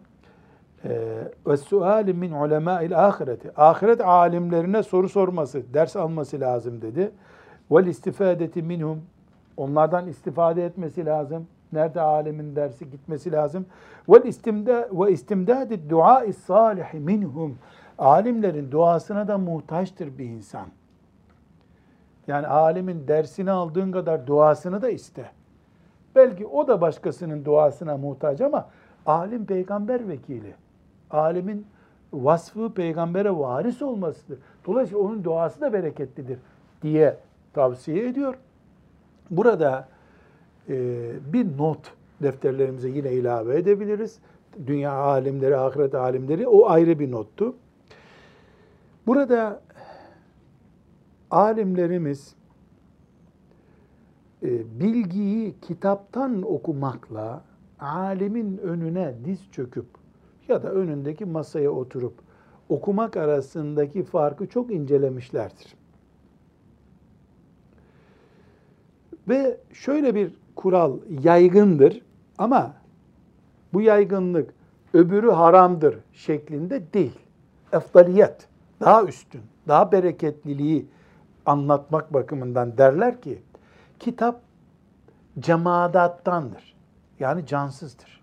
A: Ve suali min ulemâ'il ahireti. Ahiret alimlerine soru sorması, ders alması lazım dedi. Vel istifadeti minhum. Onlardan istifade etmesi lazım. Nerede alimin dersi gitmesi lazım. Vel istimda ve istimdadi dua'i salih minhum. Alimlerin duasına da muhtaçtır bir insan. Yani alimin dersini aldığın kadar duasını da iste. Belki o da başkasının duasına muhtaç ama alim peygamber vekili. Alimin vasfı peygambere varis olmasıdır. Dolayısıyla onun duası da bereketlidir diye tavsiye ediyor. Burada e, bir not defterlerimize yine ilave edebiliriz. Dünya alimleri, ahiret alimleri o ayrı bir nottu. Burada alimlerimiz e, bilgiyi kitaptan okumakla alimin önüne diz çöküp ya da önündeki masaya oturup okumak arasındaki farkı çok incelemişlerdir. Ve şöyle bir kural yaygındır ama bu yaygınlık öbürü haramdır şeklinde değil. Efdaliyet, daha üstün, daha bereketliliği anlatmak bakımından derler ki kitap cemadattandır. Yani cansızdır.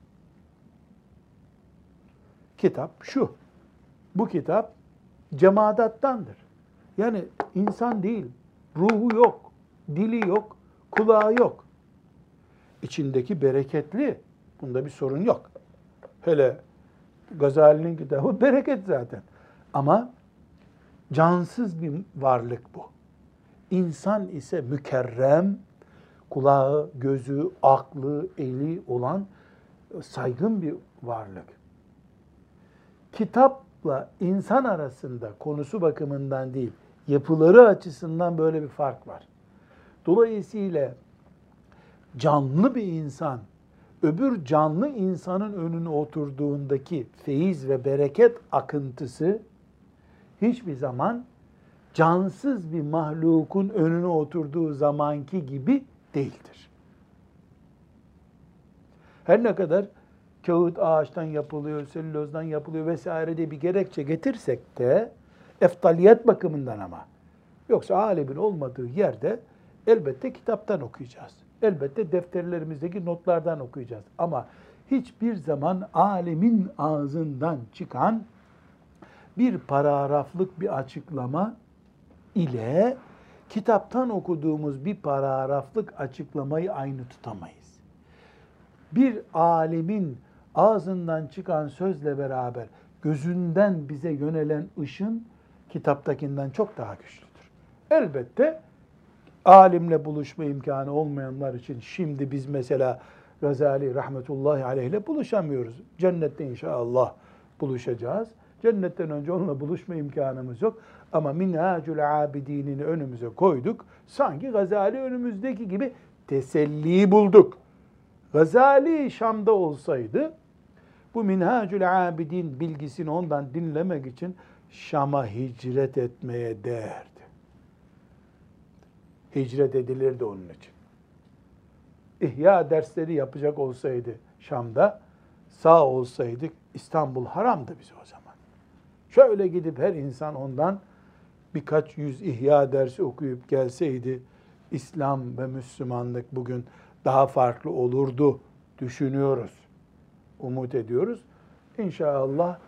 A: Kitap şu. Bu kitap cemadattandır. Yani insan değil, ruhu yok, dili yok, kulağı yok. İçindeki bereketli. Bunda bir sorun yok. Hele Gazali'nin kitabı bereket zaten. Ama cansız bir varlık bu. İnsan ise mükerrem, kulağı, gözü, aklı, eli olan saygın bir varlık. Kitapla insan arasında konusu bakımından değil, yapıları açısından böyle bir fark var. Dolayısıyla canlı bir insan, öbür canlı insanın önüne oturduğundaki feyiz ve bereket akıntısı hiçbir zaman cansız bir mahlukun önüne oturduğu zamanki gibi değildir. Her ne kadar kağıt ağaçtan yapılıyor, selülozdan yapılıyor vesaire diye bir gerekçe getirsek de eftaliyet bakımından ama. Yoksa alimin olmadığı yerde elbette kitaptan okuyacağız. Elbette defterlerimizdeki notlardan okuyacağız. Ama hiçbir zaman alimin ağzından çıkan bir paragraflık bir açıklama ile kitaptan okuduğumuz bir paragraflık açıklamayı aynı tutamayız. Bir alimin ağzından çıkan sözle beraber gözünden bize yönelen ışın kitaptakinden çok daha güçlüdür. Elbette alimle buluşma imkanı olmayanlar için şimdi biz mesela Gazali rahmetullahi aleyh ile buluşamıyoruz. Cennette inşallah buluşacağız. Cennetten önce onunla buluşma imkanımız yok. Ama Minhacül Abidin'ini önümüze koyduk. Sanki Gazali önümüzdeki gibi teselli bulduk. Gazali Şam'da olsaydı, bu Minhacül Abidin bilgisini ondan dinlemek için Şam'a hicret etmeye değerdi. Hicret edilirdi onun için. İhya dersleri yapacak olsaydı Şam'da, sağ olsaydık, İstanbul haramdı bize o zaman. Şöyle gidip her insan ondan birkaç yüz ihya dersi okuyup gelseydi, İslam ve Müslümanlık bugün daha farklı olurdu düşünüyoruz. Umut ediyoruz. İnşallah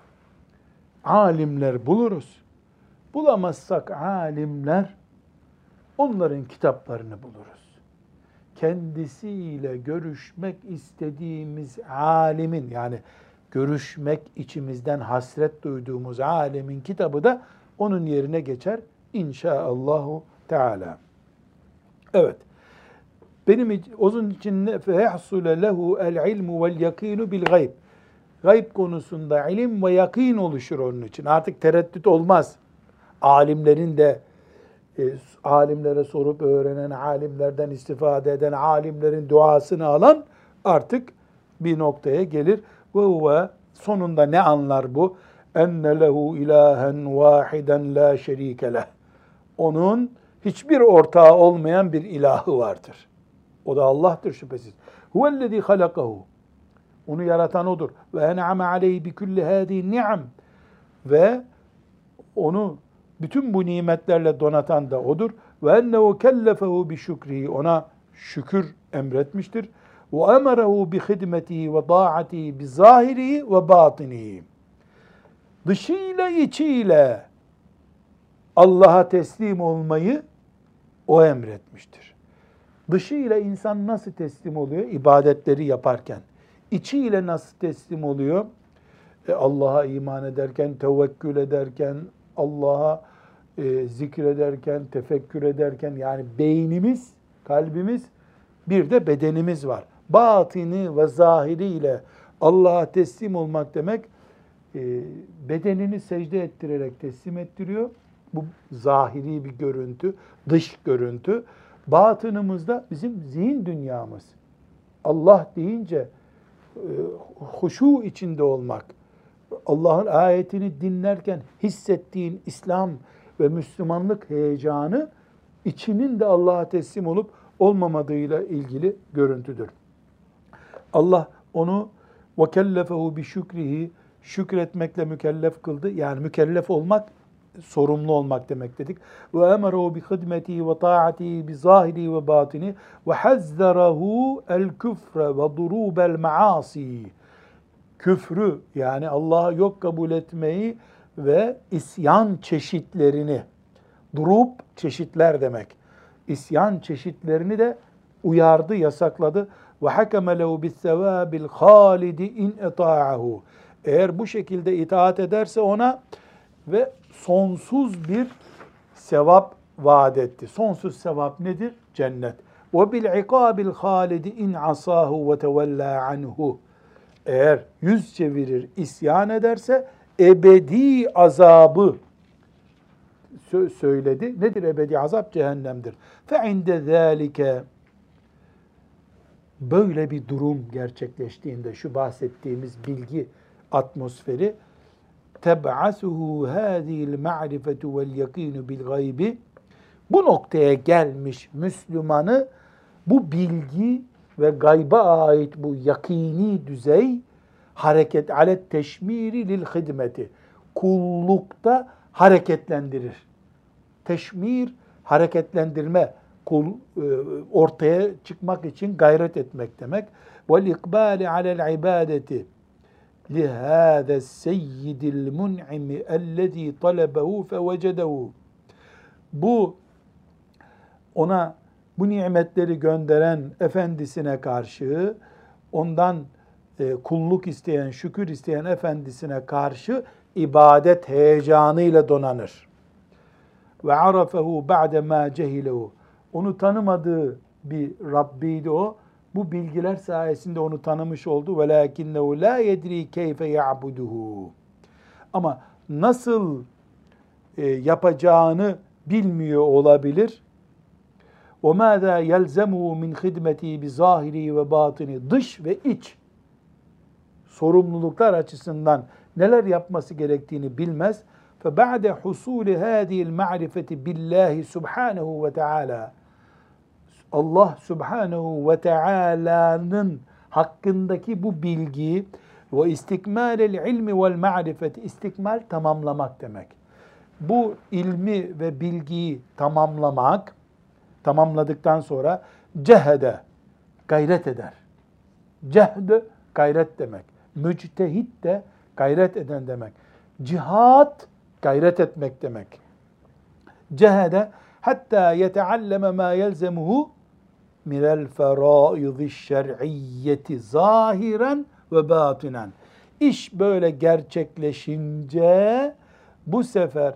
A: alimler buluruz. Bulamazsak alimler, onların kitaplarını buluruz. Kendisiyle görüşmek istediğimiz alimin, yani görüşmek içimizden hasret duyduğumuz alimin kitabı da onun yerine geçer inşaallahu teala. Evet. Benim onun için ne feyahsule lehu el ilmu vel yakinu bil gayb. Gayb konusunda ilim ve yakin oluşur onun için. Artık tereddüt olmaz. Alimlerin de e, alimlere sorup öğrenen, alimlerden istifade eden, alimlerin duasını alan artık bir noktaya gelir. Ve huve sonunda ne anlar bu? Enne lehu ilahen vahiden la şerike leh. Onun hiçbir ortağı olmayan bir ilahı vardır. O da Allah'tır şüphesiz. Huvellezî halakahu. Onu yaratan odur. Ve en'ame aleyhi bi kulli hâzî ni'am. Ve onu bütün bu nimetlerle donatan da odur. Ve ennehu kellefehu bi şükrihi. Ona şükür emretmiştir. Ve emerehu bi hidmetihi ve da'atihi bi zahirihi ve batinihi. Dışıyla içiyle Allah'a teslim olmayı o emretmiştir. Dışıyla insan nasıl teslim oluyor? İbadetleri yaparken. İçiyle nasıl teslim oluyor? E Allah'a iman ederken, tevekkül ederken, Allah'a e, zikrederken, tefekkür ederken, yani beynimiz, kalbimiz, bir de bedenimiz var. Batini ve zahiriyle Allah'a teslim olmak demek, e, bedenini secde ettirerek teslim ettiriyor. Bu zahiri bir görüntü, dış görüntü. Batınımızda bizim zihin dünyamız. Allah deyince e, huşu içinde olmak, Allah'ın ayetini dinlerken hissettiğin İslam ve Müslümanlık heyecanı, içinin de Allah'a teslim olup olmamadığıyla ilgili görüntüdür. Allah onu وَكَلَّفَهُ بِشُكْرِهِ şükretmekle mükellef kıldı. Yani mükellef olmak, sorumlu olmak demek dedik. Ve emeru bi hidmeti ve taati bi zahiri ve batini ve hazzarahu el küfre ve durubel maasi. Küfrü, yani Allah'ı yok kabul etmeyi ve isyan çeşitlerini, durub çeşitler demek. İsyan çeşitlerini de uyardı, yasakladı. Ve hakeme lehu bis sevabil halidi in eta'ahu. Eğer bu şekilde itaat ederse ona ve sonsuz bir sevap vaat etti. Sonsuz sevap nedir? Cennet. Ve bil ikabil halidi in asahu ve tevella anhu. Eğer yüz çevirir, isyan ederse ebedi azabı söyledi. Nedir ebedi azap? Cehennemdir. Fe inde zalike, böyle bir durum gerçekleştiğinde, şu bahsettiğimiz bilgi atmosferi, teb'asuhu hâzîl ma'rifetu vel yakînu bil gaybi, bu noktaya gelmiş Müslümanı bu bilgi ve gayba ait bu yakini düzey hareket alet teşmiri lil hidmeti, kullukta hareketlendirir. Teşmir, hareketlendirme, kul ortaya çıkmak için gayret etmek demek. Vel ikbali alel ibadeti لِهَذَا السَّيِّدِ الْمُنْعِمِ اَلَّذ۪ي طَلَبَهُ فَوَجَدَهُ. Bu, ona bu nimetleri gönderen efendisine karşı, ondan e, kulluk isteyen, şükür isteyen efendisine karşı ibadet heyecanıyla donanır. Ve arafehu ba'de ma cehilehu. Onu tanımadığı bir Rabbiydi o. Bu bilgiler sayesinde onu tanımış oldu. وَلَاكِنَّهُ لَا يَدْرِي كَيْفَ يَعْبُدُهُ. Ama nasıl e, yapacağını bilmiyor olabilir. وَمَاذَا يَلْزَمُهُ مِنْ خِدْمَتِهِ بِظَاهِرِهِ وَبَاطِنِهِ Dış ve iç sorumluluklar açısından neler yapması gerektiğini bilmez. فَبَعْدَ حُصُولِ هَذِهِ الْمَعْرِفَةِ بِاللّٰهِ سُبْحَانَهُ وَتَعَالَى Allah Subhanahu ve Teala'nın hakkındaki bu bilgiyi ve istikmalel ilmi vel ma'rifeti, istikmal tamamlamak demek. Bu ilmi ve bilgiyi tamamlamak, tamamladıktan sonra cehede, gayret eder. Cehd, gayret demek. Müctehit de gayret eden demek. Cihat, gayret etmek demek. Cehede, hatta yetealleme ma yelzemuhu minel feraiz şer'iyyeti zahiren ve batinen. İş böyle gerçekleşince bu sefer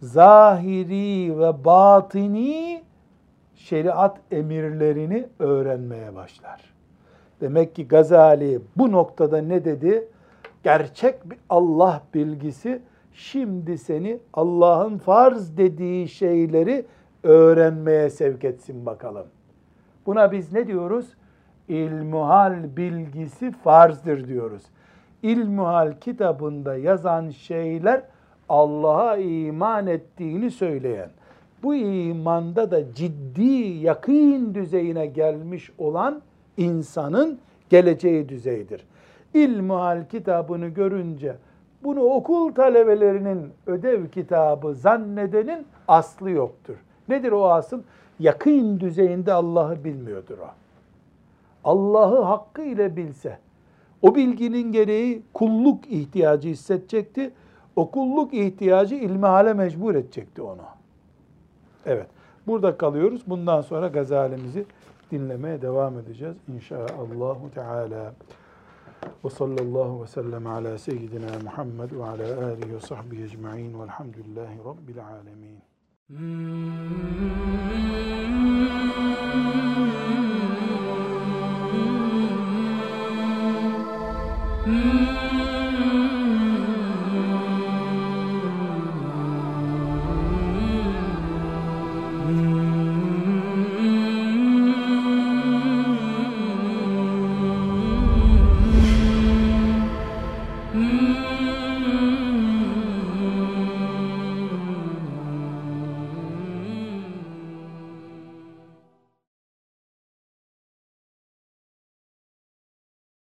A: zahiri ve batini şeriat emirlerini öğrenmeye başlar. Demek ki Gazali bu noktada ne dedi? Gerçek bir Allah bilgisi şimdi seni Allah'ın farz dediği şeyleri öğrenmeye sevk etsin bakalım. Buna biz ne diyoruz? İlmuhal bilgisi farzdır diyoruz. İlmuhal kitabında yazan şeyler Allah'a iman ettiğini söyleyen, bu imanda da ciddi yakîn düzeyine gelmiş olan insanın geleceği düzeydir. İlmuhal kitabını görünce bunu okul talebelerinin ödev kitabı zannedenin aslı yoktur. Nedir o asıl? Yakîn düzeyinde Allah'ı bilmiyordur o. Allah'ı hakkıyla bilse, o bilginin gereği kulluk ihtiyacı hissedecekti. O kulluk ihtiyacı ilmihale mecbur edecekti onu. Evet, burada kalıyoruz. Bundan sonra Gazali'mizi dinlemeye devam edeceğiz İnşaallahu Teala. Ve sallallahu ve sellem ala seyyidina Muhammed ve ala alihi ve sahbihi ecma'in velhamdülillahi rabbil alemin. Mm-hmm.